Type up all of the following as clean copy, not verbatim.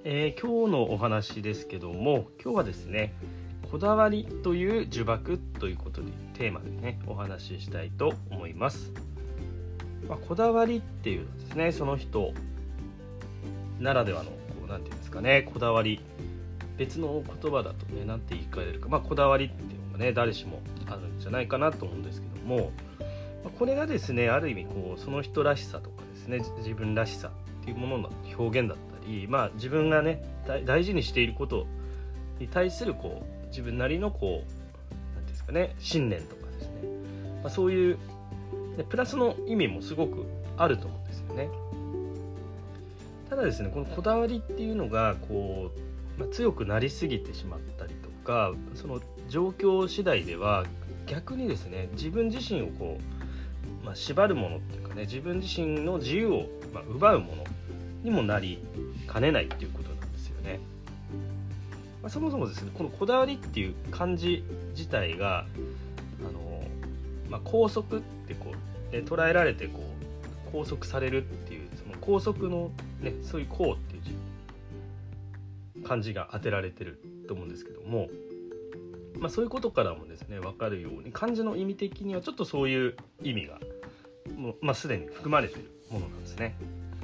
今日のお話ですけども、今日はですね、こだわりという呪縛ということでテーマでねお話ししたいと思います。こだわりっていうのはですね、その人ならではのなんていうんですかね、こだわり、別の言葉だとねなんて言い換えれるか、こだわりっていうのがね誰しもあるんじゃないかなと思うんですけども、これがですねある意味その人らしさとかですね、自分らしさっていうものの表現だったり、自分がね大事にしていることに対する自分なりのなんていうんですかね、信念とかですね、そういうプラスの意味もすごくあると思うんですよね。ただですね、このこだわりっていうのが強くなりすぎてしまったりとか、その状況次第では逆にですね自分自身を縛るものっていうかね、自分自身の自由を奪うものにもなりかねないっていうことなんですよね。そもそもですね、このこだわりっていう漢字自体が拘束って捉えられて拘束されるっていう、その拘束のね、そういう拘っていう漢字が当てられてると思うんですけども、そういうことからもですね分かるように、漢字の意味的にはちょっとそういう意味がもうすでに含まれているものなんですね。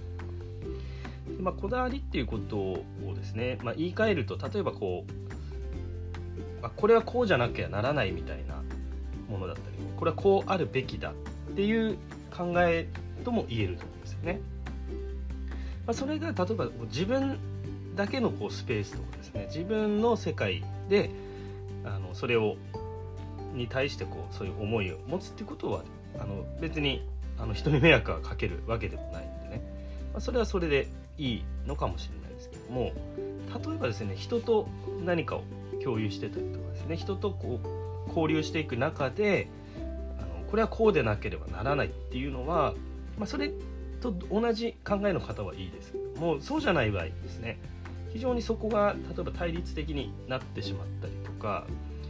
こだわりっていうことをですね、言い換えると、例えばこれはこうじゃなきゃならないみたいなものだったり、これはこうあるべきだっていう考えとも言えると思うんですよね。それが例えば自分だけのスペースとかですね、自分の世界でそれに対してそういう思いを持つっていうことは別に人に迷惑がかけるわけでもないんでね、それはそれでいいのかもしれないですけども、例えばですね、人と何かを共有してたりとかですね、人と交流していく中でこれはこうでなければならないっていうのは、それと同じ考えの方はいいですけども、そうじゃない場合ですね、非常にそこが例えば対立的になってしまったりとか、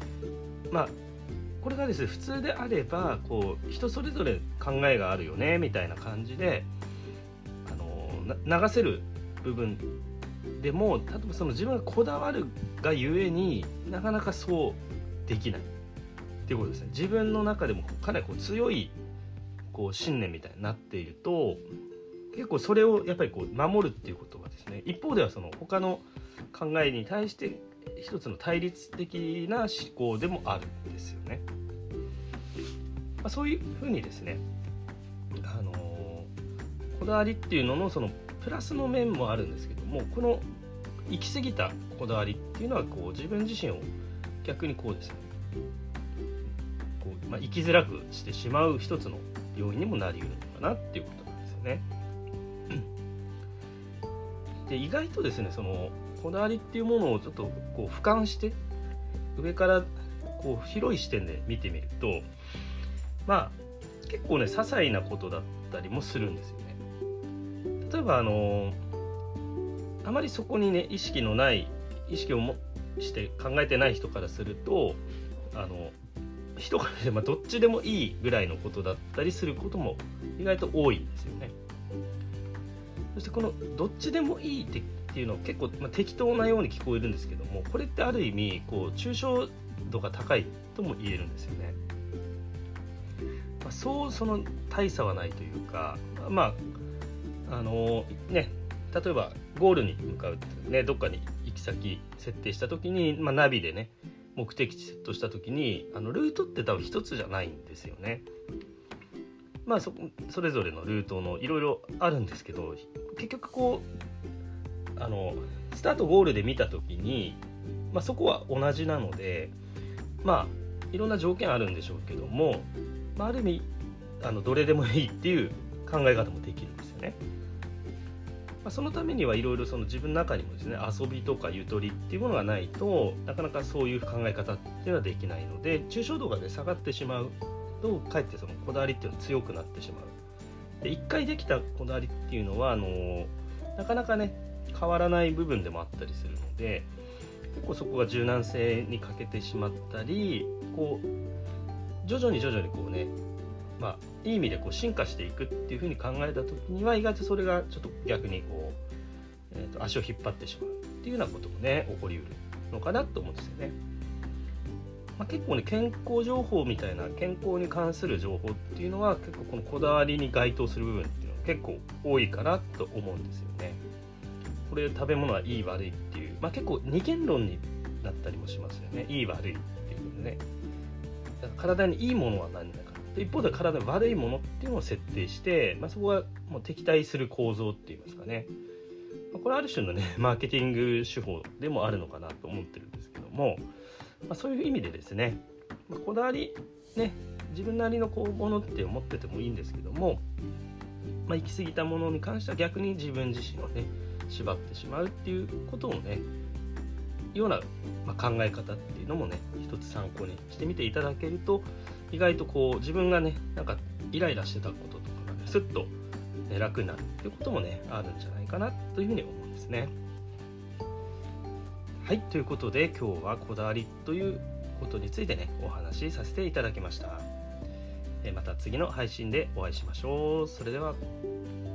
これがですね普通であれば人それぞれ考えがあるよねみたいな感じで流せる部分でも、例えばその自分がこだわるがゆえになかなかそうできないっていうことですね。自分の中でもかなり強い信念みたいになっていると、結構それをやっぱり守るっていうことがですね、一方ではその他の考えに対して一つの対立的な思考でもあるんですよね。そういうふうにですね、こだわりっていうののそのプラスの面もあるんですけども、この行き過ぎたこだわりっていうのは自分自身を逆にですね生きづらくしてしまう一つの要因にもなり得るのかなっていうことなんですよね。で、意外とですね、そのこだわりっていうものをちょっと俯瞰して上から広い視点で見てみると、結構ね些細なことだったりもするんですよね。例えばあまりそこにね意識をして考えてない人からすると人がね、どっちでもいいぐらいのことだったりすることも意外と多いんですよね。そしてこのどっちでもいいっていうのは結構、適当なように聞こえるんですけども、これってある意味抽象度が高いとも言えるんですよね。その大差はないというか、例えばゴールに向かうね、どっかに行き先設定した時に、ナビでね目的地セットした時にルートって多分一つじゃないんですよね。それぞれのルートのいろいろあるんですけど、結局スタートゴールで見た時に、そこは同じなので、いろんな条件あるんでしょうけども、ある意味どれでもいいっていう考え方もできるんですよね。そのためにはいろいろ自分の中にもですね、遊びとかゆとりっていうものがないとなかなかそういう考え方っていうのはできないので、抽象度が、下がってしまうとかえってそのこだわりっていうのは強くなってしまう。で、一回できたこだわりっていうのはなかなかね変わらない部分でもあったりするので、結構そこが柔軟性に欠けてしまったり、徐々にね、いい意味で進化していくっていう風に考えた時には、意外とそれがちょっと逆に足を引っ張ってしまうっていうようなこともね起こりうるのかなと思うんですよね。結構ね健康情報みたいな健康に関する情報っていうのは結構このこだわりに該当する部分っていうのは結構多いかなと思うんですよね。これ食べ物はいい悪いっていう、結構二元論になったりもしますよね。いい悪いっていうのね。だから体にいいものは何だかで一方で体に悪いものっていうのを設定して、そこはもう敵対する構造っていいますかね。これはある種のねマーケティング手法でもあるのかなと思ってるんですけども、そういう意味でですね、こだわりね自分なりのものって思っててもいいんですけども、行き過ぎたものに関しては逆に自分自身をね縛ってしまうっていうことをねような、考え方っていうのもね一つ参考にしてみていただけると、意外と自分がねイライラしてたこととかがねスッと、楽になるっていうこともねあるんじゃないかなというふうに思うんですね。はい、ということで今日はこだわりということについてねお話しさせていただきました。また次の配信でお会いしましょう。それでは。